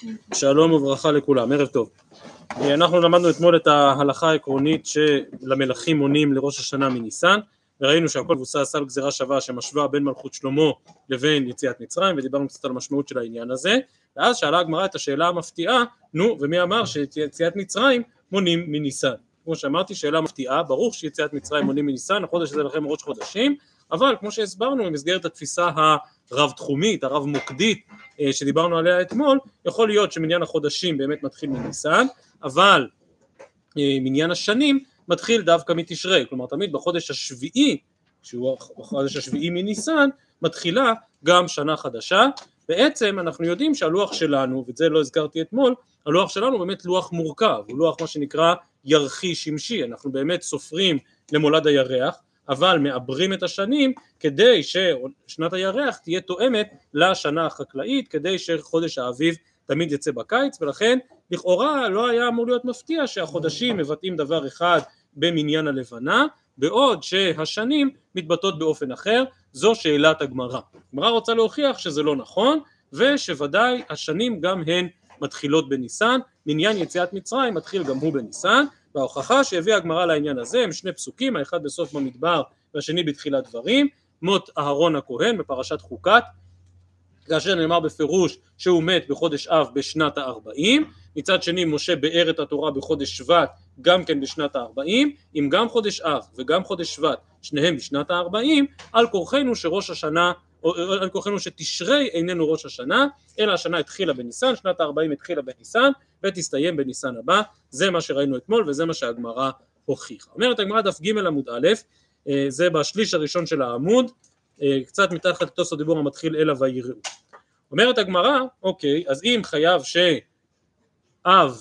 שלום וברכה לכולם, ערב טוב. אנחנו למדנו אתמול את ההלכה העקרונית שלמלכים מונים לראש השנה מניסן, וראינו שהכל מבוסס על גזירה שווה שמשווה בין מלכות שלמה לבין יציאת מצרים, ודיברנו קצת על המשמעות של העניין הזה. ואז שאלה הגמרא את השאלה המפתיעה, נו ומי אמר שיציאת מצרים מונים מניסן? כמו שאמרתי, שאלה מפתיעה, ברור שיציאת מצרים מונים מניסן, החודש הזה לכם ראש חודשים, אבל כמו שהסברנו במסגרת התפיסה הרב תחומית, הרב מוקדית שדיברנו עליה אתמול, יכול להיות שמניין החודשים באמת מתחיל מניסן, אבל מניין השנים מתחיל דווקא מתשרי, כלומר תמיד בחודש השביעי, שהוא החודש השביעי מניסן, מתחילה גם שנה חדשה. בעצם אנחנו יודעים שהלוח שלנו, ואת זה לא הזכרתי אתמול, הלוח שלנו באמת לוח מורכב, הוא לוח מה שנקרא ירחי שמשי, אנחנו באמת סופרים למולד הירח, אבל מעברים את השנים כדי ששנת הירח תהיה תואמת לשנה החקלאית, כדי שחודש האביב תמיד יצא בקיץ, ולכן לכאורה לא היה אמור להיות מפתיע שהחודשים מבטאים דבר אחד במניין הלבנה, בעוד שהשנים מתבטאות באופן אחר. זו שאלת הגמרא. הגמרא רוצה להוכיח שזה לא נכון, ושוודאי השנים גם הן מתחילות בניסן, מניין יציאת מצרים מתחיל גם הוא בניסן, וההוכחה שהביאה הגמרא לעניין הזה הם שני פסוקים, האחד בסוף במדבר והשני בתחילת דברים, מות אהרון הכהן בפרשת חוקת, כאשר נאמר בפירוש שהוא מת בחודש אב בשנת ה-40, מצד שני משה באר את התורה בחודש שבט גם כן בשנת ה-40, אם גם חודש אב וגם חודש שבט שניהם בשנת ה-40, על כורחנו שראש השנה, על כורחנו שתשרי איננו ראש השנה, אלא השנה התחילה בניסן, שנת ה-40 התחילה בניסן ותסתיים בניסן הבא. זה מה שראינו אתמול וזה מה שהגמרא הוכיחה. אומרת הגמרא דף ג' עמוד א', זה בשליש הראשון של העמוד, קצת מתחת לתוספות דיבור המתחיל אלא ויראו. אומרת הגמרא, אוקיי, אז אם חייב שאב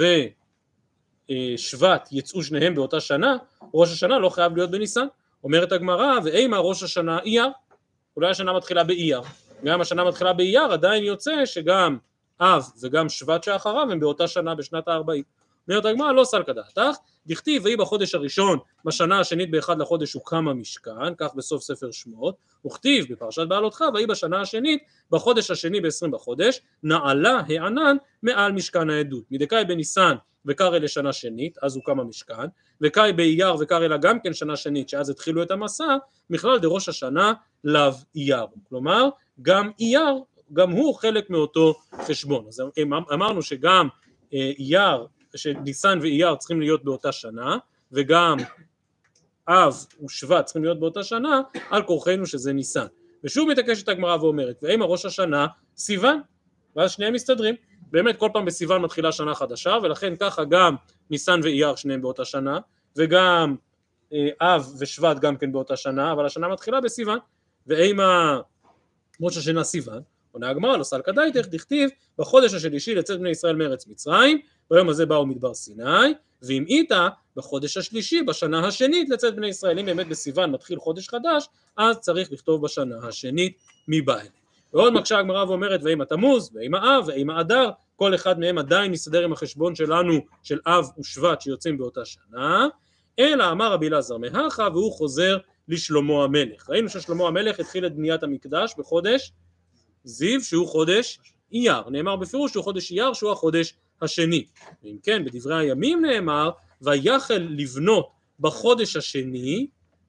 ושבט יצאו שניהם באותה שנה, ראש השנה לא חייב להיות בניסן. אומרת הגמרא, ואימה ראש השנה אייר, אולי השנה מתחילה באייר, גם השנה מתחילה באייר עדיין יוצא שגם אב וגם שבט שאחריו הם באותה שנה בשנת ה-40. אומרת הגמרא, לא סלקא דעתך, דכתיב ויהי בחודש הראשון בשנה השנית באחד לחודש הוקם המשכן, כך בסוף ספר שמות, וכתיב בפרשת בעלותך ויהי בשנה השנית בחודש השני ב-20 בחודש נעלה הענן מעל משכן העדות. מדקאי בניסן וקרא לשנה שנית, אז הוקם המשכן, וקאי באייר וקרא לה גם כן שנה שנית, שאז התחילו את המסע, מכלל דראש השנה לאו אייר. כלומר, גם אייר, גם הוא חלק מאותו חשבון. אז אמרנו שגם אייר, שניסן ואייר צריכים להיות באותה שנה, וגם אב ושבט צריכים להיות באותה שנה, על כורחנו שזה ניסן. ושוב מתעקשת הגמרא ואומרת, ואימה ראש השנה סיוון, ואז שניהם מסתדרים. באמת כל פעם בסיוון מתחילה שנה חדשה, ולכן ככה גם ניסן ואייר שניהם באותה שנה, וגם אב ושבט גם כן באותה שנה, אבל השנה מתחילה בסיוון. ואימה ראש השנה סיוון, עונה הגמרא לא סלקא דעתך, דכתיב בחודש השלישי לצאת בני ישראל מארץ מצרים, ביום הזה באו מדבר סיני, ואם איתה בחודש השלישי בשנה השנית לצאת בני ישראל. אם באמת בסיוון מתחיל חודש חדש, אז צריך לכתוב בשנה השנית מבא אלה. ועוד מקשה הגמרא ואומרת, ואם התמוז, ואם האב, ואם האדר, כל אחד מהם עדיין מסתדר עם החשבון שלנו של אב ושבט שיוצאים באותה שנה, אלא אמר רבי אלעזר מהכה, והוא חוזר לשלמה המלך. ראינו ששלמה המלך התחיל את בניית המקדש בחודש זיו, שהוא חודש אייר. נאמר בפירוש שהוא חודש אייר, שהוא החודש השני. ואם כן, בדברי הימים נאמר, ויחל לבנות בחודש השני,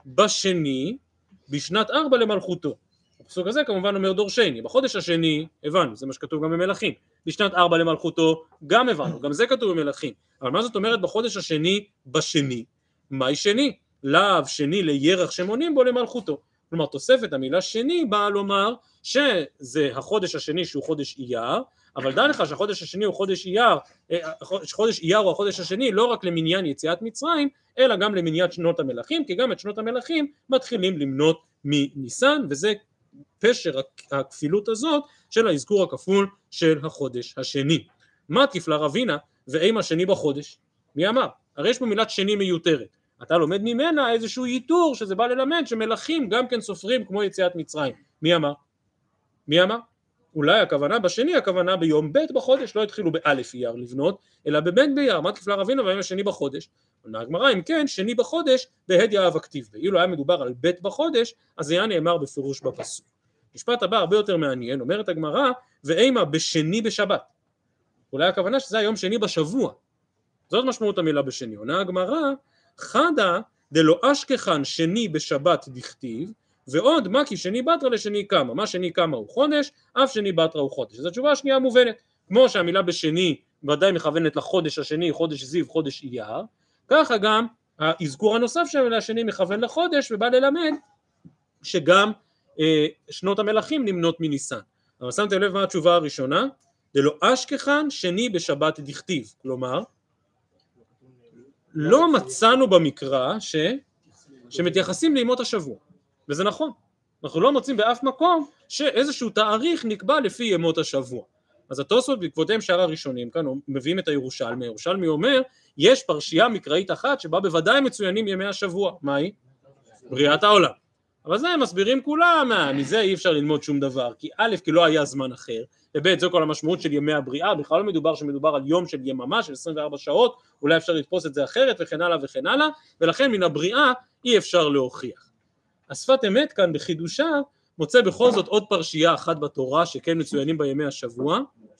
בשני, בשנת 4 למלכותו. הפסוק הזה כמובן אומר דורשני. בחודש השני, הבנו, זה מה שכתוב גם במלכים. בשנת 4 למלכותו, גם הבנו, גם זה כתוב במלכים. אבל מה זאת אומרת בחודש השני, בשני? מהי שני? לאו שני לירח שמונים בו למלכותו. כלומר, תוספת המילה שני באה לומר שזה החודש השני שהוא חודש אייר, אבל דע לך שהחודש השני הוא חודש אייר, חודש אייר הוא החודש השני לא רק למניין יציאת מצרים, אלא גם למניין שנות המלכים, כי גם את שנות המלכים מתחילים למנות מניסן, וזה פשר הכפילות הזאת של האזכור הכפול של החודש השני. מה תפלה רבינה ואימה שני בחודש? מי אמר? הרי יש פה מילת שני מיותרת. אתה לומד ממנה איזשהו ייתור שזה בא ללמד שמלכים גם כן סופרים כמו יציאת מצרים. מי אמר? מי אמר? אולי הכוונה בשני, הכוונה ביום ב' בחודש, לא התחילו באלף אייר לבנות, אלא בב' באייר. מה תפלה רבינה ואימה שני בחודש? עונה הגמרא, אם כן, שני בחודש בהדיא אב הכתיב. ואילו היה מדובר על ב' בחודש, אז זה היה נאמר בפירוש בפסוק. משפט הבא הרבה יותר מעניין, אומרת הגמרא, ואימה בשני בשבת. אולי הכוונה שזה היום שני בשבוע. זאת משמעות המילה בשני. עונה הגמרא, חדה דלא אשכחן שני בשבת דכתיב, ועוד מה כי שני בתרא לשני קמא. מה שני קמא הוא חודש, אף שני בתרא הוא חודש. זו התשובה השנייה המובנת. כמו שהמילה בשני ודאי מכוונת לחודש השני, חודש זיו, חודש אייר, ככה גם האזכור הנוסף של המילה השני מכוון לחודש, ובא ללמד שגם שנות המלכים נמנות מניסן. אבל שמתם לב מה התשובה הראשונה? דלא אשכחן שני בשבת דכתיב. כלומר, לא מצאנו במקרא שמתייחסים לימות השבוע. וזה נכון. אנחנו לא מוצאים באף מקום שאיזשהו תאריך נקבע לפי ימות השבוע. אז התוספות בעקבותיהם שאר הראשונים כאן מביאים את הירושלמי. הירושלמי אומר, יש פרשייה מקראית אחת שבה בוודאי מצוינים ימי השבוע. מה היא? בריאת העולם. אבל זה הם מסבירים כולם, מזה אי אפשר ללמוד שום דבר, כי א', כי לא היה זמן אחר, וב', זו כל המשמעות של ימי הבריאה, בכלל לא מדובר שמדובר על יום של יממה של 24 שעות, אולי אפשר לתפוס את זה אחרת וכן הלאה וכן הלאה, ולכן מן הבריאה אי אפשר להוכיח. השפת אמת כאן בחידושה מוצא בכל זאת עוד פרשייה אחת בתורה שכן מצוינים בימי השבוע.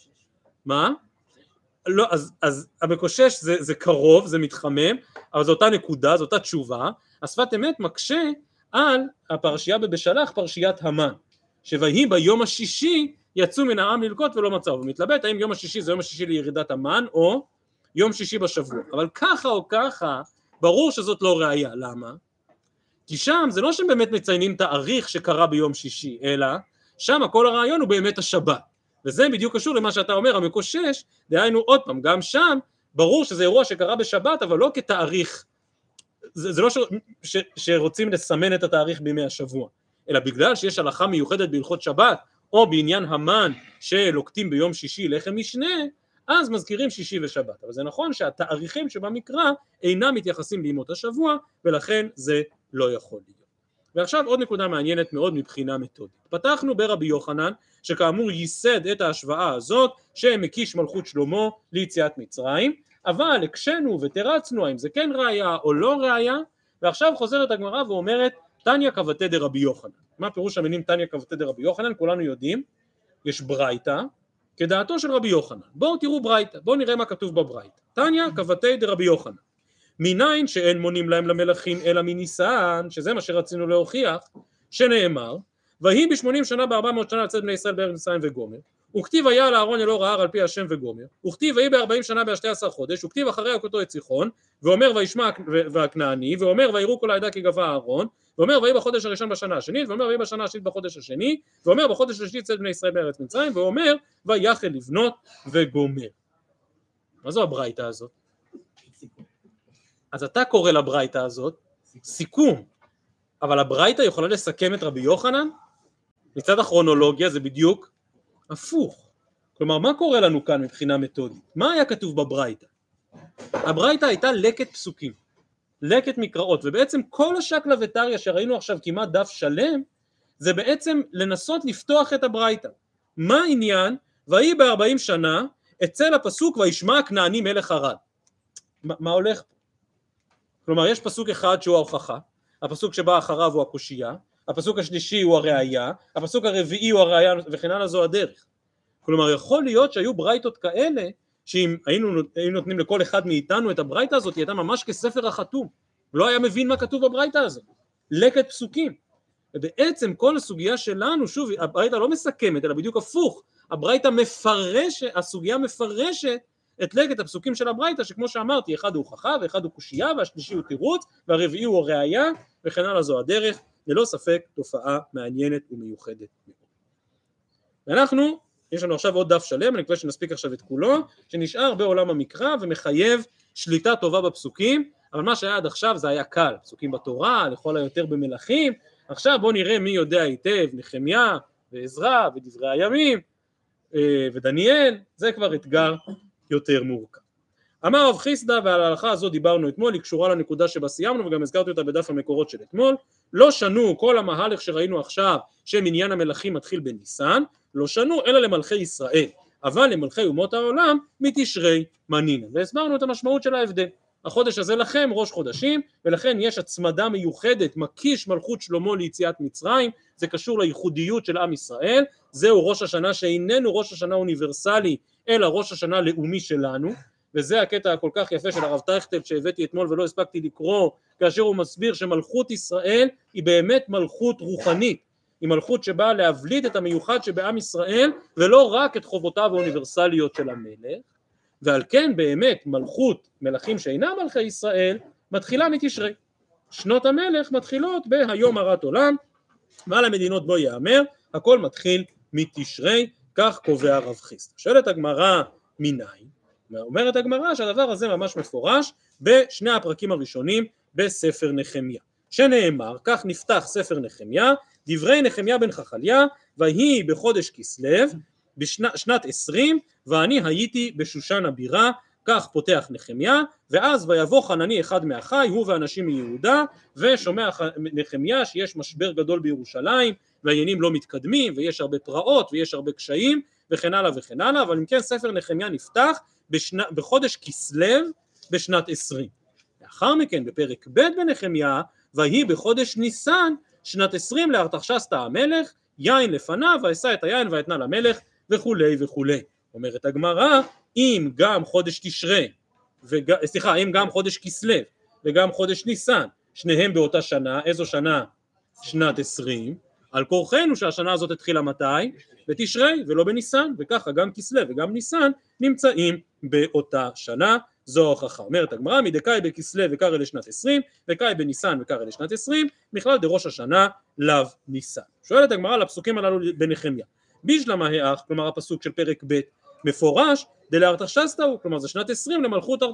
מה? לא, אז המקושש זה קרוב, זה מתחמם, אבל זו אותה נקודה, זו אותה תשובה. השפת אמת מקשה על הפרשייה בבשלח, פרשיית המן, שויהי ביום השישי יצאו מן העם ללקוט ולא מצאו, ומתלבט האם יום השישי זה יום השישי לירידת המן או יום שישי בשבוע. אבל ככה או ככה ברור שזאת לא ראייה. למה? כי שם זה לא שבאמת מציינים תאריך שקרה ביום שישי, אלא שם כל הרעיון הוא באמת השבת, וזה בדיוק קשור למה שאתה אומר המקושש. דהיינו עוד פעם, גם שם ברור שזה אירוע שקרה בשבת, אבל לא כתאריך, זה לא שרוצים לסמן את התאריך בימי השבוע, אלא בגלל שיש הלכה מיוחדת בהלכות שבת, או בעניין המן שלוקטים ביום שישי לחם משנה, אז מזכירים שישי ושבת. אבל זה נכון שהתאריכים שבמקרא אינם מתייחסים לימות השבוע, ולכן זה לא יכול להיות. ועכשיו עוד נקודה מעניינת מאוד מבחינה מתודית. פתחנו ברבי יוחנן, שכאמור ייסד את ההשוואה הזאת, שמקיש מלכות שלמה ליציאת מצרים, אבל הקשנו ותרצנו האם זה כן ראיה או לא ראיה, ועכשיו חוזרת הגמרא ואומרת, תניא קבתי דרבי יוחנן. מה פירוש המילים תניא קבתי דרבי יוחנן? כולנו יודעים, יש ברייתא, כדעתו של רבי יוחנן. בואו תראו ברייתא, בואו נראה מה כתוב בברייתא. תניא קבתי דרבי יוחנן. מניין שאין מונים להם למלכים אלא מניסן, שזה מה שרצינו להוכיח, שנאמר, ויהי ב80 שנה ב400 שנה לצאת בני ישראל בארץ מצרים וגומר, וכתיב היה לאהרון אלוה רער על פי השם וגומר, וכתיב ויהי ב40 שנה ב12 חודש, וכתיב אחרי הכותו את סיחון, ואומר וישמע והכנעני, ואומר ויראו כל העדה כי גבה אהרון, ואומר ויהי בחודש הראשון בשנה השנית, ואומר ויהי בשנה השנית בחודש השני, ואומר בחודש השלישי צאת בני ישראל בארץ מצרים, ואומר ויחל לבנות וגומר. מה זו הברייתא הזאת? אז אתה קורא לברייתא הזאת סיכום, אבל הברייתא יכולה לסכם את רבי יוחנן? מצד הכרונולוגיה זה בדיוק הפוך. כלומר, מה קורה לנו כאן מבחינה מתודית? מה היה כתוב בברייתא? הברייתא הייתה לקט פסוקים, לקט מקראות, ובעצם כל השקלא וטריא שראינו עכשיו כמעט דף שלם, זה בעצם לנסות לפתוח את הברייתא. מה העניין? ויהי ב40 שנה אצל הפסוק וישמע הכנעני מלך ערד. מה הולך פה? כלומר, יש פסוק אחד שהוא ההוכחה, הפסוק שבא אחריו הוא הקושייה, הפסוק השלישי הוא הראייה, הפסוק הרביעי הוא הראייה, וכן הלאה זו הדרך. כלומר, יכול להיות שהיו ברייתות כאלה, שאם היינו נותנים לכל אחד מאיתנו את הברייתא הזאת, היא הייתה ממש כספר החתום, לא היה מבין מה כתוב בברייתא הזאת, לקט פסוקים. ובעצם כל הסוגיה שלנו, שוב, הברייתא לא מסכמת, אלא בדיוק הפוך, הברייתא מפרשת, הסוגיה מפרשת את לקט הפסוקים של הברייתא, שכמו שאמרתי, אחד הוא הוכחה ואחד הוא קושייה, והשלישי הוא תירוץ, והרביעי הוא הראייה, וכן הלאה זו הדרך. ללא ספק תופעה מעניינת ומיוחדת מאוד. ואנחנו, יש לנו עכשיו עוד דף שלם, אני מקווה שנספיק עכשיו את כולו, שנשאר בעולם המקרא ומחייב שליטה טובה בפסוקים, אבל מה שהיה עד עכשיו זה היה קל, פסוקים בתורה, לכל היותר במלכים. עכשיו בואו נראה מי יודע היטב, נחמיה ועזרא ודברי הימים ודניאל, זה כבר אתגר יותר מורכב. אמר רב חיסדא, ועל ההלכה הזאת דיברנו אתמול, היא קשורה לנקודה שבה סיימנו וגם הזכרתי אותה בדף המקורות של אתמול. לא שנו כל המהלך שראינו עכשיו שמניין המלכים מתחיל בניסן, לא שנו אלא למלכי ישראל, אבל למלכי אומות העולם מתשרי מנינא, והסברנו את המשמעות של ההבדל. החודש הזה לכם ראש חודשים, ולכן יש הצמדה מיוחדת, מקיש מלכות שלמה ליציאת מצרים, זה קשור לייחודיות של עם ישראל, זהו ראש השנה שאיננו ראש השנה אוניברסלי, אלא ראש השנה לאומי שלנו, וזה הקטע הכל כך יפה של הרב טייכטל שהבאתי אתמול ולא הספקתי לקרוא, כאשר הוא מסביר שמלכות ישראל היא באמת מלכות רוחנית, היא מלכות שבאה להבליט את המיוחד שבעם ישראל ולא רק את חובותיו האוניברסליות של המלך, ועל כן באמת מלכות מלכים שאינם מלכי ישראל מתחילה מתשרי. שנות המלך מתחילות בהיום הרת עולם, ועל המדינות בו יאמר, הכל מתחיל מתשרי, כך קובע רב חיסדא. שואלת הגמרא מניין? אומרת הגמרא שהדבר הזה ממש מפורש בשני הפרקים הראשונים בספר נחמיה. שנאמר, כך נפתח ספר נחמיה, דברי נחמיה בן חכליה, ויהי בחודש כסלו, בשנת 20, ואני הייתי בשושן הבירה, כך פותח נחמיה, ואז ויבוא חנני אחד מאחי, הוא ואנשים מיהודה, ושומע נחמיה שיש משבר גדול בירושלים, והעניינים לא מתקדמים, ויש הרבה פרעות, ויש הרבה קשיים, וכן הלאה וכן הלאה, אבל אם כן ספר נחמיה נפתח בחודש כסלו בשנת 20. לאחר מכן בפרק ב' בנחמיה, ויהי בחודש ניסן, שנת 20 לארתחשסתא המלך, יין לפניו, וישא את היין ויתנה למלך, וכולי וכולי. אומרת הגמרא, אם גם חודש תשרי, אם גם חודש כסלו וגם חודש ניסן, שניהם באותה שנה, איזו שנה? שנת 20, על כורחנו שהשנה הזאת התחילה מתי? בתשרי ולא בניסן, וככה גם כסלו וגם ניסן נמצאים באותה שנה. זו ההוכחה. אומרת הגמרא, מדקאי בכסלו וקרא לשנת 20, וקאי בניסן וקרא לשנת 20, בכלל דראש השנה לאו ניסן. שואלת הגמרא על הפסוקים הללו בנחמיה. בישלמה האח, כלומר הפסוק של פרק ב' מפורש, דלארתחשסתא הוא, כלומר זה שנת 20 למלכות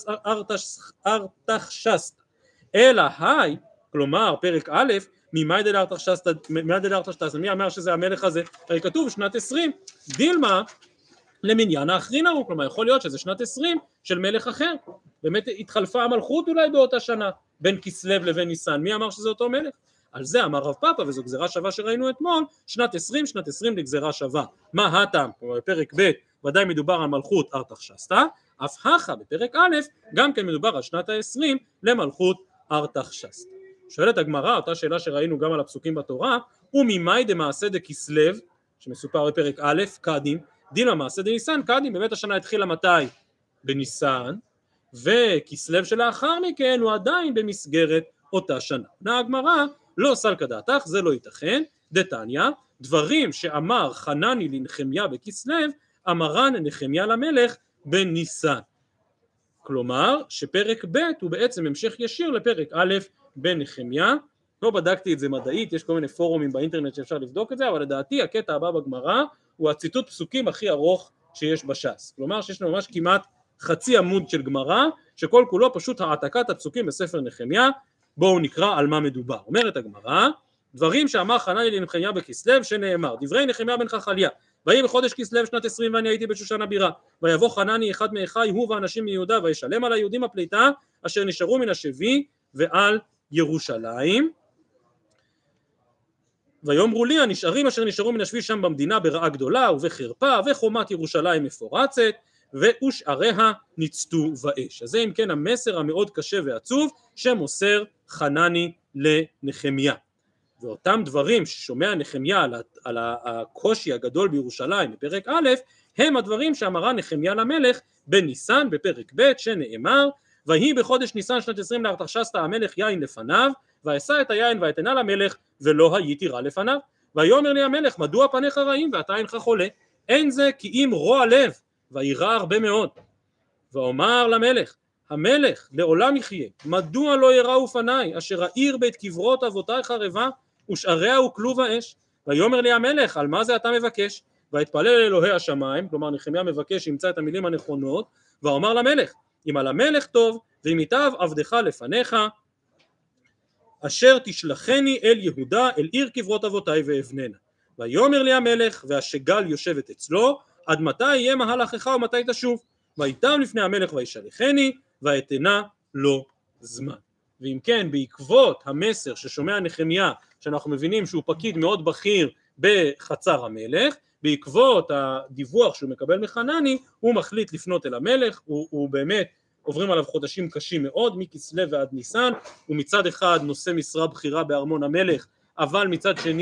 ארתחשסתא. אלא היי, כלומר פרק א', ממאי דלארתחשסתא, מי אמר שזה המלך הזה? הרי כתוב שנת 20, דילמה למניין האחרין הוא, כלומר יכול להיות שזה שנת 20 של מלך אחר, באמת התחלפה המלכות אולי באותה שנה, בין כסלו לבין ניסן, מי אמר שזה אותו מלך? על זה אמר רב פאפא, וזו גזירה שווה שראינו אתמול, שנת 20 לגזירה שווה. מה הטעם? בפרק ב' ודאי מדובר על מלכות ארתחשסתא, אף הכא בפרק א' גם כן מדובר על שנת ה-20 למלכות ארתחשסתא. שואלת הגמרא, אותה שאלה שראינו גם על הפסוקים בתורה, וממאי דמעשה דכסלו, שמסופר בפרק א', קדים, דילמה מעשה דניסן, קדים באמת השנה התחילה מתי? בניסן, וכסלו שלאחר מכן הוא עדיין במסגרת אותה שנה. עונה הגמרא, לא סלקא דעתך, זה לא ייתכן, דתניא, דברים שאמר חנני לנחמיה בכסלו, אמרן נחמיה למלך בניסן. כלומר, שפרק ב' הוא בעצם המשך ישיר לפרק א' בנחמיה. לא בדקתי את זה מדעית, יש כל מיני פורומים באינטרנט שאפשר לבדוק את זה, אבל לדעתי הקטע הבא בגמרא הוא הציטוט פסוקים הכי ארוך שיש בש"ס. כלומר שיש לנו ממש כמעט חצי עמוד של גמרא, שכל כולו פשוט העתקת הפסוקים בספר נחמיה. בואו נקרא על מה מדובר. אומרת הגמרא, דברים שאמר חנני לנחמיה בכסלו, שנאמר, דברי נחמיה בן חכליה, ויהי בחודש כסלו שנת 20 ואני הייתי בשושן הבירה, ויבוא חנני אחד מאחי הוא ואנשים מיהודה, וישלם על היהודים הפליטה אשר נשארו מן השבי ועל ירושלים. ויאמרו לי הנשארים אשר נשארו מן השבי שם במדינה ברעה גדולה ובחרפה, וחומת ירושלים מפורצת, ושעריה ניצתו באש. אז זה אם כן המסר המאוד קשה ועצוב שמוסר חנני לנחמיה. ואותם דברים ששומע נחמיה על הקושי הגדול בירושלים בפרק א', הם הדברים שאמרה נחמיה למלך בניסן בפרק ב', שנאמר, ויהי בחודש ניסן שנת 20 לארתחשסתא המלך יין לפניו, וישא את היין ויתנה למלך, ולא הייתי רע לפניו. ויאמר לי המלך, מדוע פניך רעים ואתה אינך חולה? אין זה כי אם רוע לב, וירא הרבה מאוד. ואומר למלך, המלך לעולם יחיה, מדוע לא יראו פניי, אשר העיר בית קברות אבותי חרבה, ושעריה הוקלו באש? ויאמר לי המלך, על מה זה אתה מבקש? ויתפלל אלוהי השמיים, כלומר נחמיה מבקש שימצא את המילים הנכונות, ואומר למלך, אם על המלך טוב, ואם ייטב עבדך לפניך, אשר תשלחני אל יהודה, אל עיר קברות אבותי ואבננה. ויאמר לי המלך, והשגל יושבת אצלו, עד מתי יהיה מהלכך ומתי תשוב? ויתם לפני המלך וישלחני, ואתנה לו זמן. ואם כן, בעקבות המסר ששומע נחמיה, שאנחנו מבינים שהוא פקיד מאוד בכיר בחצר המלך, בעקבות הדיווח שהוא מקבל מחנני, הוא מחליט לפנות אל המלך, הוא באמת עוברים עליו חודשים קשים מאוד, מכסלו ועד ניסן, הוא מצד אחד נושא משרה בכירה בארמון המלך, אבל מצד שני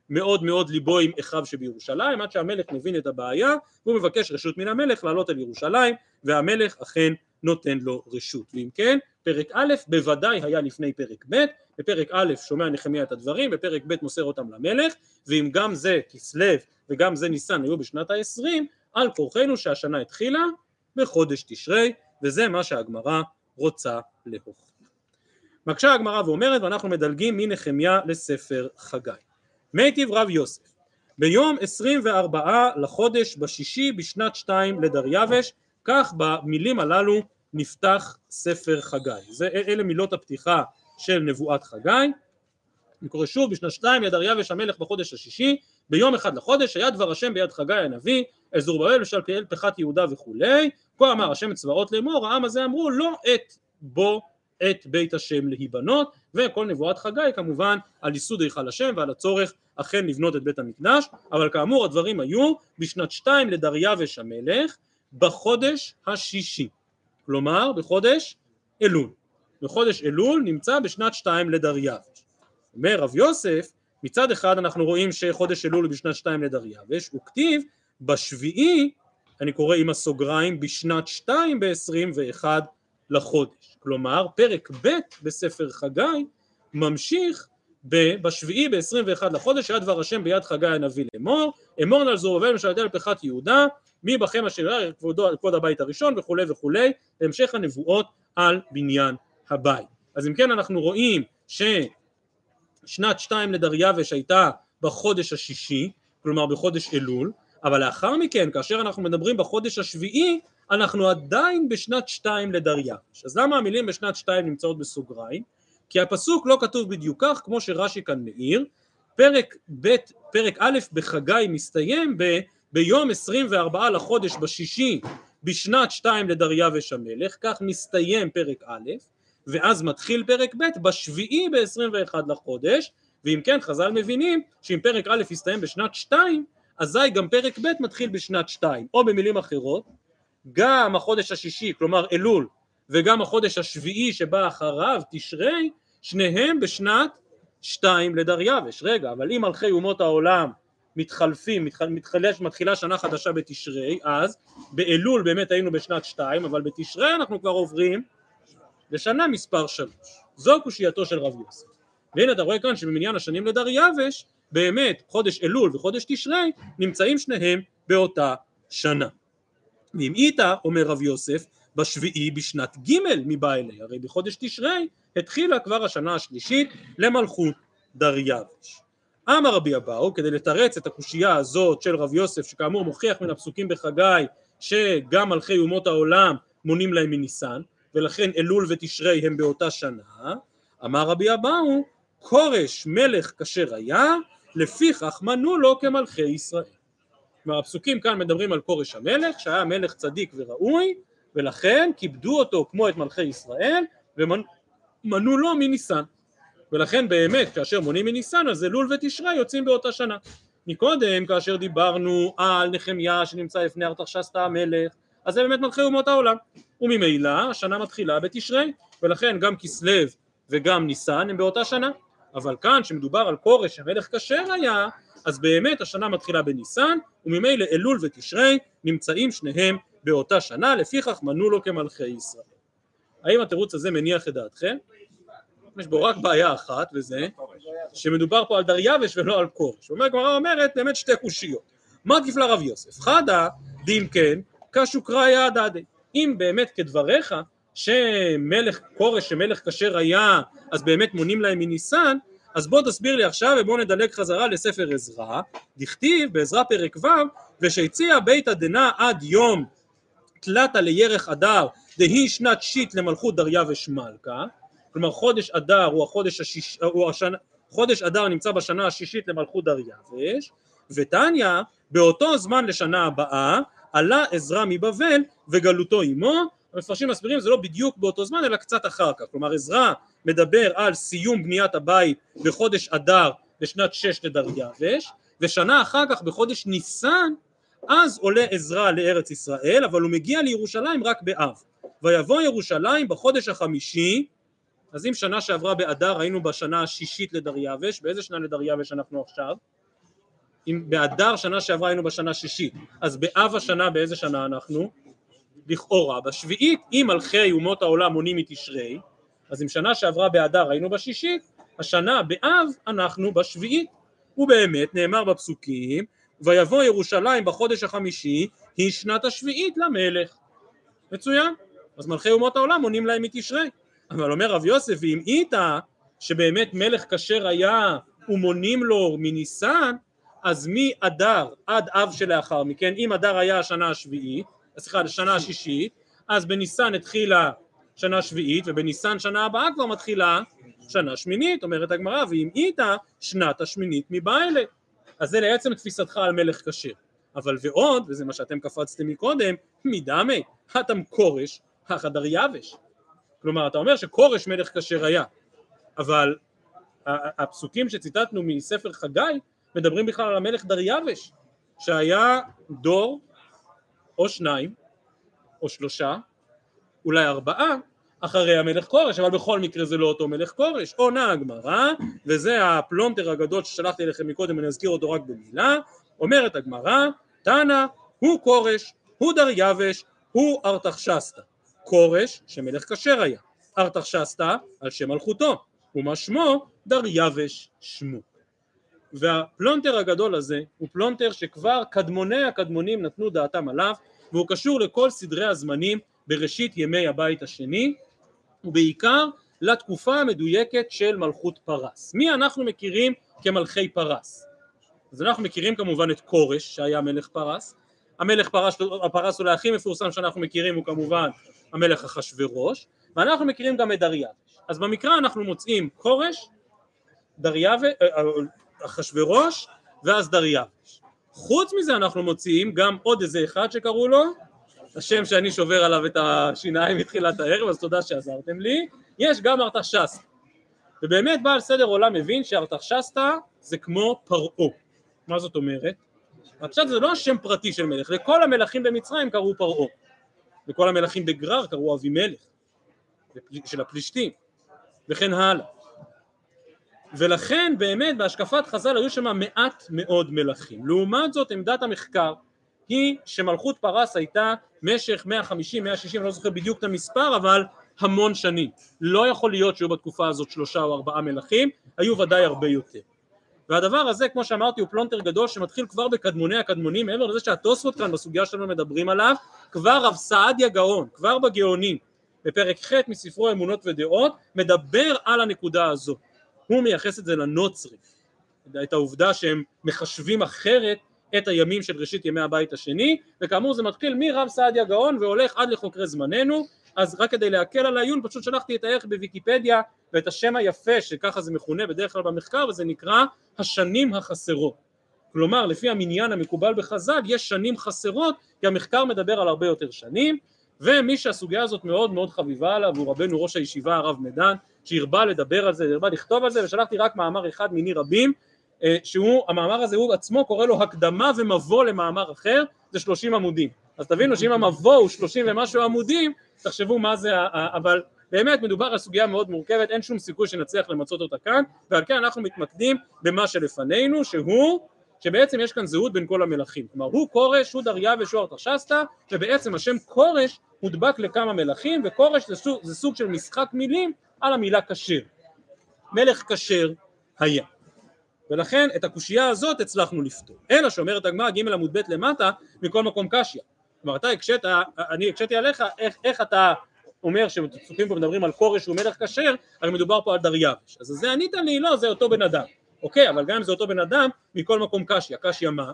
מאוד מאוד ליבו עם אחיו שבירושלים, עד שהמלך מבין את הבעיה, והוא מבקש רשות מן המלך לעלות אל ירושלים, והמלך אכן נותן לו רשות. ואם כן, פרק א' בוודאי היה לפני פרק ב', בפרק א' שומע נחמיה את הדברים, בפרק ב' מוסר אותם למלך, ואם גם זה כסלו וגם זה ניסן היו בשנת ה-20, על כורחנו שהשנה התחילה בחודש תשרי, וזה מה שהגמרא רוצה להוכיח. מקשה הגמרא ואומרת, ואנחנו מדלגים מנחמיה לספר חגי. מיטיב רב יוסף, ביום 24 לחודש בשישי בשנת 2 לדריווש, כך במילים הללו נפתח ספר חגי. אלה מילות הפתיחה של נבואת חגי. אני קורא שוב, בשנת 2 לדריווש המלך בחודש השישי, ביום 1 לחודש היה דבר השם ביד חגי הנביא, אל זרובבל ושלפתיאל פחת יהודה וכולי, כה אמר השם צבאות לאמור, העם הזה אמרו לא את בו את בית השם להיבנות, וכל נבואת חגי כמובן על ייסוד היכל השם ועל הצורך אכן לבנות את בית המקדש, אבל כאמור הדברים היו בשנת 2 לדריווש המלך בחודש השישי, כלומר בחודש אלול. בחודש אלול נמצא בשנת 2 לדריווש. אומר רב יוסף, מצד אחד אנחנו רואים שחודש אלול הוא בשנת 2 לדריווש, הוא כתיב בשביעי, אני קורא עם הסוגריים, בשנת 2 ב-21 לחודש. כלומר, פרק ב' בספר חגי ממשיך בשביעי ב-21 לחודש, היה דבר השם ביד חגי הנביא לאמור, אמור נא על זרובבל ושלפתיאל פחת יהודה, מי בכם אשר יראה כבוד הבית הראשון וכולי וכולי, בהמשך הנבואות על בניין הבית. אז אם כן אנחנו רואים ששנת 2 לדריווש הייתה בחודש השישי, כלומר בחודש אלול, אבל לאחר מכן כאשר אנחנו מדברים בחודש השביעי, אנחנו עדיין בשנת 2 לדריווש. אז למה המילים בשנת 2 נמצאות בסוגריים? כי הפסוק לא כתוב בדיוק כך כמו שרש"י כאן מאיר, פרק א' בחגי מסתיים ביום 24 לחודש בשישי בשנת 2 לדריווש המלך, כך מסתיים פרק א', ואז מתחיל פרק ב' בשביעי ב-21 לחודש, ואם כן חז"ל מבינים שאם פרק א' יסתיים בשנת 2, אזי גם פרק ב' מתחיל בשנת 2, או במילים אחרות, גם החודש השישי, כלומר אלול, וגם החודש השביעי שבא אחריו, תשרי, שניהם בשנת 2 לדריווש. רגע, אבל אם מלכי אומות העולם מתחלפים, מתחילה שנה חדשה בתשרי, אז באלול באמת היינו בשנת 2, אבל בתשרי אנחנו כבר עוברים לשנה מספר 3. זו קושייתו של רב יוסף. והנה אתה רואה כאן שבמניין השנים לדריווש, באמת חודש אלול וחודש תשרי נמצאים שניהם באותה שנה. ואם איתה, אומר רב יוסף, בשביעי בשנת ג' מבא אלי, הרי בחודש תשרי התחילה כבר השנה השלישית למלכות דריווש. אמר רבי אבאו, כדי לתרץ את הקושייה הזאת של רב יוסף, שכאמור מוכיח מן הפסוקים בחגי שגם מלכי אומות העולם מונים להם מניסן, ולכן אלול ותשרי הם באותה שנה, אמר רבי אבאו, כורש מלך כשר היה, לפיכך מנו לו כמלכי ישראל. כלומר הפסוקים כאן מדברים על כורש המלך, שהיה מלך צדיק וראוי, ולכן כיבדו אותו כמו את מלכי ישראל, ומנו לו מניסן. ולכן באמת כאשר מונים מניסן, אז אלול ותשרי יוצאים באותה שנה. מקודם כאשר דיברנו על נחמיה שנמצא לפני ארתחשסתא המלך, אז זה באמת מלכי אומות העולם. וממילא השנה מתחילה בתשרי, ולכן גם כסלו וגם ניסן הם באותה שנה. אבל כאן שמדובר על כורש המלך כשר היה, אז באמת השנה מתחילה בניסן, וממילא אלול ותשרי נמצאים שניהם באותה שנה, לפיכך מנו לו כמלכי ישראל. האם התירוץ הזה מניח את דעתכם? יש בו רק בעיה אחת, וזה שמדובר פה על דריווש ולא על כורש. הגמרא אומרת באמת שתי קושיות. מה כפלה רב יוסף? חדה, דאם כן, כשוקראיה דדי. אם באמת כדבריך שמלך כורש, שמלך כשר היה, אז באמת מונים להם מניסן, אז בוא תסביר לי עכשיו ובוא נדלג חזרה לספר עזרא, דכתיב בעזרא פרק ו' ושהציע ביתא דנא עד יום תלתא לירך אדר דהי שנת שיט למלכות דריווש מלכה, כלומר חודש אדר הוא החודש השישי, חודש אדר נמצא בשנה השישית למלכות דריווש, ותניא באותו זמן לשנה הבאה עלה עזרא מבבל וגלותו עמו. המפרשים מסבירים זה לא בדיוק באותו זמן אלא קצת אחר כך, כלומר עזרא מדבר על סיום בניית הבית בחודש אדר בשנת 6 לדריווש, ושנה אחר כך בחודש ניסן אז עולה עזרא לארץ ישראל, אבל הוא מגיע לירושלים רק באב, ויבוא ירושלים בחודש החמישי. אז אם שנה שעברה באדר היינו בשנה השישית לדריווש, באיזה שנה לדריווש אנחנו עכשיו? אם באדר שנה שעברה היינו בשנה שישית, אז באב השנה באיזה שנה אנחנו? לכאורה בשביעית. אם מלכי אומות העולם מונים מתשרי, אז אם שנה שעברה באדר היינו בשישית, השנה באב אנחנו בשביעית. ובאמת נאמר בפסוקים, ויבוא ירושלים בחודש החמישי, היא שנת השביעית למלך. מצוין. אז מלכי אומות העולם מונים להם מתשרי. אבל אומר רב יוסף, ואם איתה שבאמת מלך כשר היה ומונים לו מניסן, אז מאדר עד אב שלאחר מכן, אם אדר היה השנה השביעית, סליחה, השנה השישית, אז בניסן התחילה שנה שביעית, ובניסן שנה הבאה כבר מתחילה שנה שמינית. אומרת הגמרא, ואם איתה שנת השמינית מבעלה. אז זה לעצם תפיסתך על מלך כשר. אבל ועוד, וזה מה שאתם קפצתם מקודם, מדמי, התם כורש, החדר יבש. כלומר, אתה אומר שכורש מלך כשר היה, אבל הפסוקים שציטטנו מספר חגי, מדברים בכלל על המלך דריווש, שהיה דור, או שניים, או שלושה, אולי ארבעה, אחרי המלך כורש, אבל בכל מקרה זה לא אותו מלך כורש. עונה הגמרא, וזה הפלונטר הגדול ששלחתי אליכם מקודם, אני אזכיר אותו רק במילה. אומרת הגמרא, תנא הוא כורש, הוא דריווש, הוא ארתחשסתא. כורש שמלך כשר היה, ארתחשסתא על שם מלכותו, ומה שמו? דריווש שמו. והפלונטר הגדול הזה הוא פלונטר שכבר קדמוני הקדמונים נתנו דעתם עליו, והוא קשור לכל סדרי הזמנים בראשית ימי הבית השני, ובעיקר לתקופה המדויקת של מלכות פרס. מי אנחנו מכירים כמלכי פרס? אז אנחנו מכירים כמובן את כורש שהיה מלך פרס. המלך פרס אולי הכי מפורסם שאנחנו מכירים הוא כמובן המלך אחשוורוש, ואנחנו מכירים גם את דריווש. אז במקרא אנחנו מוצאים כורש, אחשוורוש ואז דריווש. חוץ מזה אנחנו מוצאים גם עוד איזה אחד שקראו לו, השם שאני שובר עליו את השיניים מתחילת הערב, אז תודה שעזרתם לי. יש גם ארתחשסתא, ובאמת בעל סדר עולם מבין שארתחשסתא זה כמו פרעה. מה זאת אומרת? ארתחשסתא זה לא השם פרטי של מלך, לכל המלכים במצרים קראו פרעה, וכל המלכים בגרר קראו אבימלך של הפלישתים, וכן הלאה. ולכן באמת בהשקפת חז"ל היו שם מעט מאוד מלכים. לעומת זאת עמדת המחקר היא שמלכות פרס הייתה משך 150, 160, אני לא זוכר בדיוק את המספר, אבל המון שנים. לא יכול להיות שהיו בתקופה הזאת 3 או 4 מלכים, היו ודאי הרבה יותר. והדבר הזה, כמו שאמרתי, הוא פלונטר גדול שמתחיל כבר בקדמוני הקדמונים, מעבר לזה שהתוספות כאן בסוגיה שלנו מדברים עליו, כבר רב סעדיה גאון, כבר בגאונים, בפרק ח' מספרו אמונות ודעות, מדבר על הנקודה הזו. הוא מייחס את זה לנוצרים, את העובדה שהם מחשבים אחרת את הימים של ראשית ימי הבית השני, וכאמור זה מתחיל מרב סעדיה גאון והולך עד לחוקרי זמננו. אז רק כדי להקל על העיון פשוט שלחתי את הערך בוויקיפדיה ואת השם היפה שככה זה מכונה בדרך כלל במחקר, וזה נקרא השנים החסרות. כלומר לפי המניין המקובל בחז"ל יש שנים חסרות, כי המחקר מדבר על הרבה יותר שנים, ומי שהסוגיה הזאת מאוד מאוד חביבה עליו הוא רבנו ראש הישיבה הרב מדן, שהרבה לדבר על זה, הרבה לכתוב על זה, ושלחתי רק מאמר אחד מיני רבים, שהוא, המאמר הזה הוא עצמו קורא לו הקדמה ומבוא למאמר אחר, זה 30 עמודים. אז תבינו שאם המבוא הוא 30 ומשהו עמודים, תחשבו מה זה, אבל באמת מדובר על סוגיה מאוד מורכבת, אין שום סיכוי שנצליח למצות אותה כאן, ועל כן אנחנו מתמקדים במה שלפנינו, שבעצם יש כאן זהות בין כל המלכים. כלומר הוא כורש, הוא דריווש, הוא ארתחשסתא, ובעצם השם כורש מודבק לכמה מלכים, וכורש זה סוג של משחק מילים על המילה כשר. מלך כשר היה. ולכן את הקושייה הזאת הצלחנו לפתור. אלא שאומרת הגמרא ג' עמוד ב' למטה, מכל מקום קשיא. כלומר אתה אני הקשיתי עליך, איך אתה אומר שפסוקים פה מדברים על כורש שהוא מלך כשר, אבל מדובר פה על דריווש. אז זה ענית לי, לא, זה אותו בן אדם. אוקיי, אבל גם אם זה אותו בן אדם, מכל מקום קשיא. קשיא מה?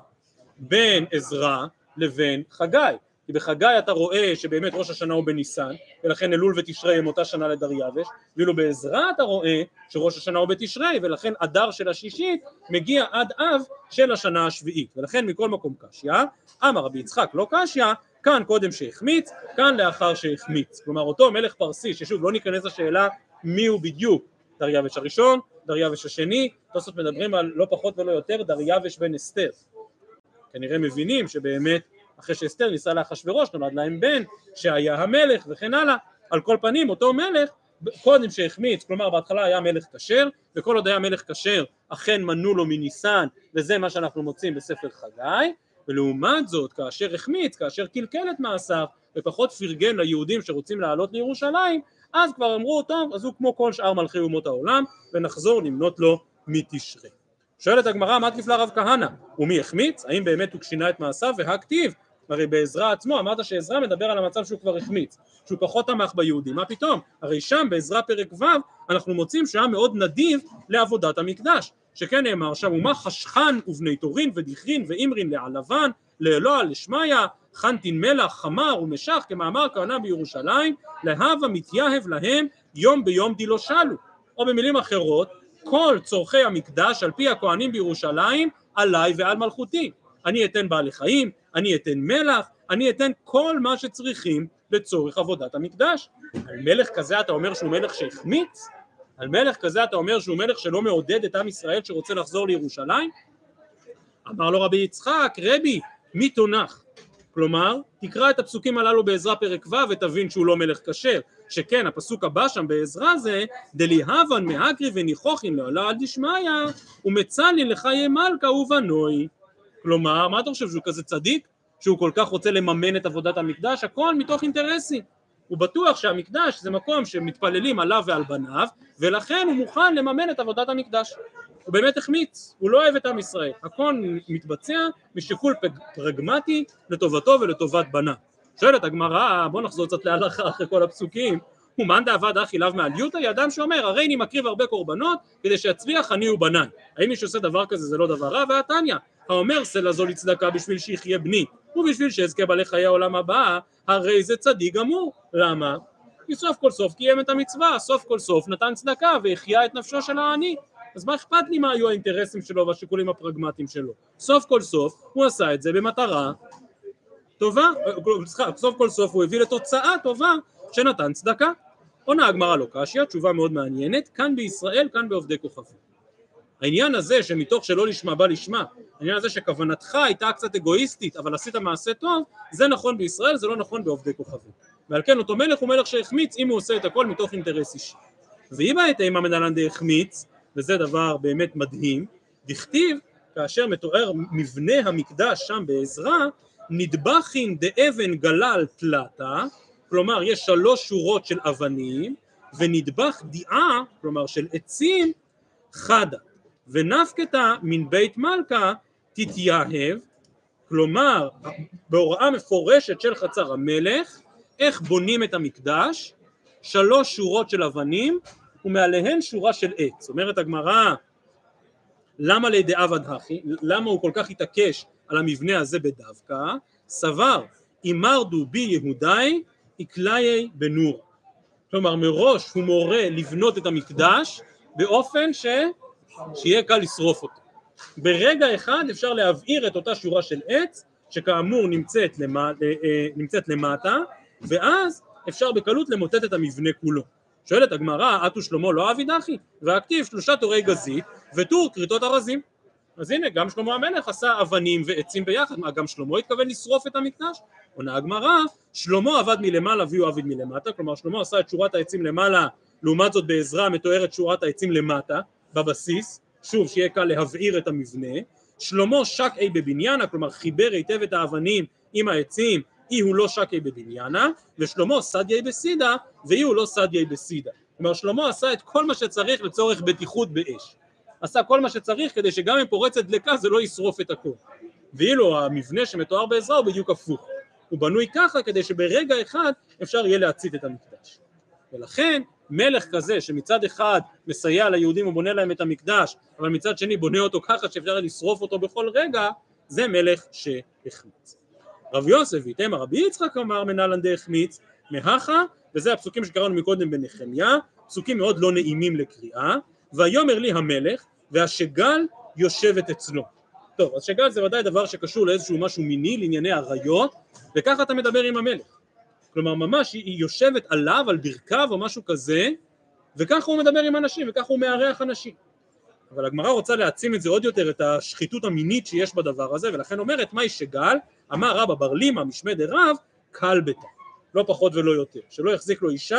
בין עזרא לבין חגי. כי בחגי אתה רואה שבאמת ראש השנה הוא בניסן, ולכן אלול ותשרי הם אותה שנה לדריווש, ואילו בעזרא אתה רואה שראש השנה הוא בתשרי, ולכן אדר של השישית מגיע עד אב של השנה השביעית, ולכן מכל מקום קשיא. אמר רבי יצחק לא קשיא, כאן קודם שהחמיץ, כאן לאחר שהחמיץ. כלומר אותו מלך פרסי, ששוב לא ניכנס לשאלה מי הוא בדיוק, דריווש הראשון, דריווש השני, תוספות מדברים על לא פחות ולא יותר דריווש בן אסתר. כנראה מבינים שבאמת אחרי שאסתר ניסה לאחשוורוש נולד להם בן שהיה המלך וכן הלאה. על כל פנים אותו מלך קודם שהחמיץ, כלומר בהתחלה היה מלך כשר, וכל עוד היה מלך כשר אכן מנו לו מניסן, וזה מה שאנחנו מוצאים בספר חגי, ולעומת זאת כאשר החמיץ, כאשר קלקל את מעשיו, ופחות פרגן ליהודים שרוצים לעלות לירושלים, אז כבר אמרו טוב, אז הוא כמו כל שאר מלכי אומות העולם, ונחזור למנות לו מתשרי. שואלת הגמרא, מה תפלה רב כהנא? ומי החמיץ? האם באמת הוא שינה את מעשיו והכתיב? הרי בעזרא עצמו אמרת שעזרא מדבר על המצב שהוא כבר החמיץ, שהוא פחות תמך ביהודים, מה פתאום? הרי שם בעזרא פרק ו' אנחנו מוצאים שהיה מאוד נדיב לעבודת המקדש, שכן נאמר שם ומה חשכן ובני תורין ודכרין ואימרין לעלבן לאלוה לשמיא חנתין מלח חמר ומשח כמאמר כהנא בירושלים להבה מתייהב להם יום ביום דילושלו, או במילים אחרות כל צורכי המקדש על פי הכהנים בירושלים עליי ועל מלכותי, אני אתן בעלי חיים, אני אתן מלח, אני אתן כל מה שצריכים לצורך עבודת המקדש. על מלך כזה אתה אומר שהוא מלך שהחמיץ? על מלך כזה אתה אומר שהוא מלך שלא מעודד את עם ישראל שרוצה לחזור לירושלים? אמר לו רבי יצחק, רבי, מי תונח? כלומר, תקרא את הפסוקים הללו בעזרא פרק ו' ותבין שהוא לא מלך כשר, שכן הפסוק הבא שם בעזרא זה דליהבן מהגרי וניחוכין לעולה על דשמיא ומצלין לחיי מלכה ובנוי. כלומר, מה אתה חושב שהוא כזה צדיק? שהוא כל כך רוצה לממן את עבודת המקדש? הכל מתוך אינטרסים. הוא בטוח שהמקדש זה מקום שמתפללים עליו ועל בניו, ולכן הוא מוכן לממן את עבודת המקדש. הוא באמת החמיץ, הוא לא אוהב את עם ישראל. הכל מתבצע משיקול פרגמטי לטובתו ולטובת בניו. שואלת הגמרא, בוא נחזור קצת להלכה אחרי כל הפסוקים, ומאן דעבד אחי לאו מעליותא, אדם שאומר הרי אני מקריב הרבה קורבנות כדי שיצליח אני ובניי. האם מי שעושה דבר כזה זה לא דבר רע? והתניא האומר סלע זו לצדקה בשביל שיחיה בני ובשביל שיזכה בעלי חיי העולם הבא, הרי זה צדיק גמור. למה? כי סוף כל סוף קיים את המצווה, סוף כל סוף נתן צדקה והחיה את נפשו של העני. אז מה אכפת לי מה היו האינטרסים שלו והשיקולים הפרגמטיים שלו? סוף כל סוף הוא עשה את זה במטרה טובה, סוף כל סוף הוא הביא לתוצאה טובה שנתן צדקה. עונה הגמרא לא קשיא, תשובה מאוד מעניינת, כאן בישראל, כאן בעובדי כוכבים. העניין הזה שמתוך שלא לשמה בא לשמה, העניין הזה שכוונתך הייתה קצת אגואיסטית אבל עשית מעשה טוב, זה נכון בישראל, זה לא נכון בעובדי כוכבים. ועל כן אותו מלך הוא מלך שהחמיץ אם הוא עושה את הכל מתוך אינטרס אישי. ואם הייתה אימה מנהלן דה החמיץ, וזה דבר באמת מדהים, דכתיב כאשר מתואר מבנה המקדש שם בעזרא, נדבכין דאבן גלל תלתה, כלומר יש 3 שורות של אבנים, ונדבך דיעה, כלומר של עצים, חדה, ונפקתה מן בית מלכה תתייהב, כלומר בהוראה מפורשת של חצר המלך, איך בונים את המקדש, 3 שורות של אבנים, ומעליהן שורה של עץ. אומרת הגמרא, למה לדאבד הכי? למה הוא כל כך התעקש על המבנה הזה בדווקא? סבר, אמרדו בי יהודי, אקליי בנור. כלומר, מראש הוא מורה לבנות את המקדש באופן שיהיה קל לשרוף אותו. ברגע אחד אפשר להבעיר את אותה שורה של עץ, שכאמור נמצאת למטה, ואז אפשר בקלות למוטט את המבנה כולו. שואלת הגמרא, אתו שלמה לא אבי דחי, והכתיב 3 תורי גזית וטור כריתות ארזים. אז הנה, גם שלמה המלך עשה אבנים ועצים ביחד, מה גם שלמה התכוון לשרוף את המקדש? עונה הגמרא, שלמה עבד מלמעלה והוא עבד מלמטה, כלומר שלמה עשה את שורת העצים למעלה, לעומת זאת בעזרא מתוארת שורת העצים למטה, בבסיס, שוב שיהיה קל להבעיר את המבנה. שלמה שקעי בבניינה, כלומר חיבר היטב את האבנים עם העצים, אי הוא לא שקעי בבניינה, ושלמה סדייי בסידה, ואי הוא לא סדייי בסידה. כלומר שלמה עשה את כל מה שצריך לצורך בטיחות באש. עשה כל מה שצריך כדי שגם אם פורצת דלקה זה לא ישרוף את הכל. ואילו המבנה שמתואר בעזרא הוא בדיוק הפוך. הוא בנוי ככה כדי שברגע אחד אפשר יהיה להצית את המקדש. ולכן מלך כזה שמצד אחד מסייע ליהודים ובונה להם את המקדש, אבל מצד שני בונה אותו ככה שאפשר לשרוף אותו בכל רגע, זה מלך שהחמיץ. רב יוסף איתם רבי יצחק אמר מנהלן דה החמיץ, מהכה, וזה הפסוקים שקראנו מקודם בנחמיה, פסוקים מאוד לא נעימים לקריאה, ויאמר לי המלך, והשגל יושבת אצלו. טוב, אז שגל זה ודאי דבר שקשור לאיזשהו משהו מיני, לענייני עריות, וככה אתה מדבר עם המלך. כלומר ממש היא יושבת עליו, על ברכיו או משהו כזה, וככה הוא מדבר עם אנשים, וככה הוא מארח אנשים. אבל הגמרא רוצה להעצים את זה עוד יותר, את השחיתות המינית שיש בדבר הזה, ולכן אומרת, מהי שגל? אמר רבא בר לימא משמי דרב, קל ביתה. לא פחות ולא יותר. שלא יחזיק לו אישה,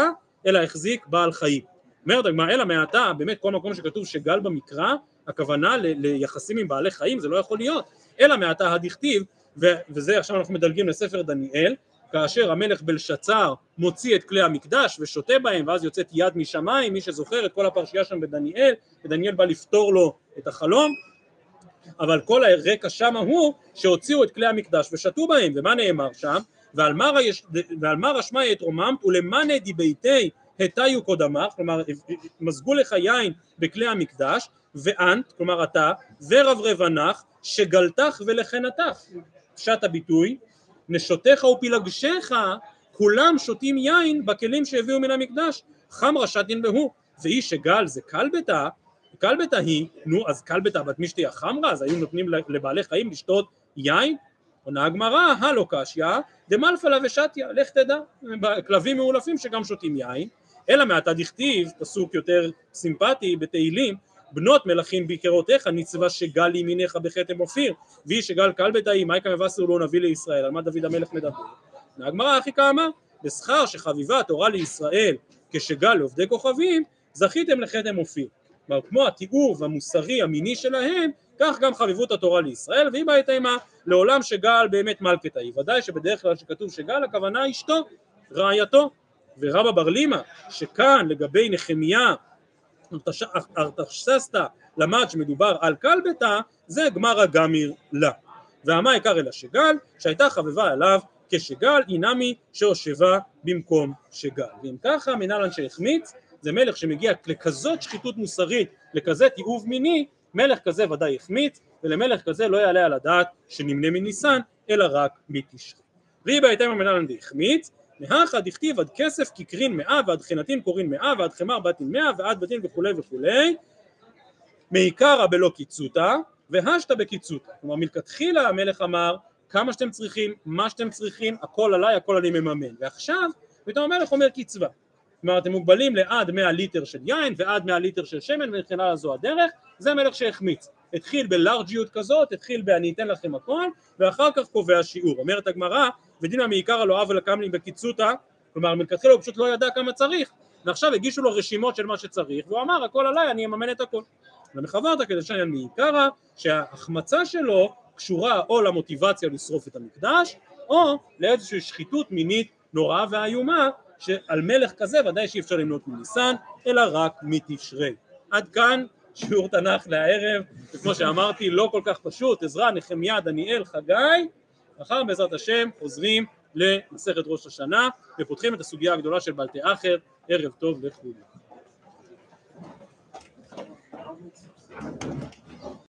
אלא החזיק בעל חיים. אומרת הגמרא, אלא מעתה, באמת כל מקום שכתוב שגל במקרא, הכוונה ליחסים עם בעלי חיים, זה לא יכול להיות. אלא מעתה הדכתיב, וזה עכשיו אנחנו מדלגים לספר דניאל, כאשר המלך בלשצר מוציא את כלי המקדש ושותה בהם, ואז יוצאת יד משמיים, מי שזוכר את כל הפרשייה שם בדניאל, ודניאל בא לפתור לו את החלום, אבל כל הרקע שם הוא שהוציאו את כלי המקדש ושתו בהם, ומה נאמר שם? ועל מה רשמי את רוממת ולמנה דיביתי התיו קודמך, כלומר מזגו לך יין בכלי המקדש, ואנט, כלומר אתה, ורברבנך שגלתך ולחנתך. פשט הביטוי, נשותיך ופילגשך כולם שותים יין בכלים שהביאו מן המקדש, חמרה שתין בהו, ואיש שגל זה כלבתה, כלבתה היא, נו אז כלבתה בת משתיה חמרה, אז היו נותנים לבעלי חיים לשתות יין? עונה הגמרא, הלא קשיא, דמלפלה ושתיה, לך תדע, כלבים מאולפים שגם שותים יין, אלא מעתה דכתיב, פסוק יותר סימפטי בתהילים, בנות מלכים ביקרותיך נצווה שגל ימינך בכתם אופיר, והיא שגל כלבתה היא, מייקה מבשר לו נביא לישראל, על מה דוד המלך מדבר? הגמרא הכי כאמר, בשכר שחביבה התורה לישראל כשגל לעובדי כוכבים, זכיתם לכתם אופיר. כלומר, כמו התיאור המוסרי המיני שלהם, כך גם חביבות התורה לישראל, והיא באה איתמה לעולם שגל באמת מלכתה היא. ודאי שבדרך כלל שכתוב שגל הכוונה אשתו, רעייתו. ורבא בר לימא, שכאן לגבי נחמיה ארתחשסתא למד שמדובר על כלבתה, זה גמרא גמיר לה. והמה עיקר אלא שגל, שהייתה חבבה עליו כשגל, אינמי שהושבה במקום שגל. ואם ככה, מנהלן שהחמיץ, זה מלך שמגיע לכזאת שחיתות מוסרית, לכזה תיעוב מיני, מלך כזה ודאי החמיץ, ולמלך כזה לא יעלה על הדעת שנמנה מניסן, אלא רק מתשרי. והיא בהתאם מנהלן דהחמיץ, מהכה דכתיב עד כסף כקרין 100 ועד חנתין קורין 100 ועד חמר בתין 100 ועד בתין וכולי וכולי, מעיקרא בלא קיצותא והשתא בקיצותא. כלומר מלכתחילה המלך אמר כמה שאתם צריכים, מה שאתם צריכים, הכל עליי, הכל אני מממן. ועכשיו פתאום המלך אומר קצבה. כלומר אתם מוגבלים לעד 100 ליטר של יין ועד 100 ליטר של שמן וכן הלאה, זו הדרך. זה מלך שהחמיץ. התחיל בלארג'יות כזאת, התחיל אני אתן לכם הכל, ואחר כך קובע שיעור. אומרת הגמרא, ודינא מעיקרא לא הוה לקמלין בקיצותא, כלומר מלכתחילה הוא פשוט לא ידע כמה צריך, ועכשיו הגישו לו רשימות של מה שצריך, והוא אמר הכל עליי, אני אממן את הכל. למחברתא כדשניא מעיקרא, שההחמצה שלו קשורה או למוטיבציה לשרוף את המקדש, או לאיזושהי שחיתות מינית נוראה ואיומה, שעל מלך כזה ודאי שאי אפשר למנות מניסן, אלא רק מתשרי. עד כאן שיעור תנ"ך לערב, וכמו שאמרתי לא כל כך פשוט, עזרא, נחמיה, דניאל, חגי, אחר בעזרת השם חוזרים למסכת ראש השנה ופותחים את הסוגיה הגדולה של בלתי אחר. ערב טוב לכולם.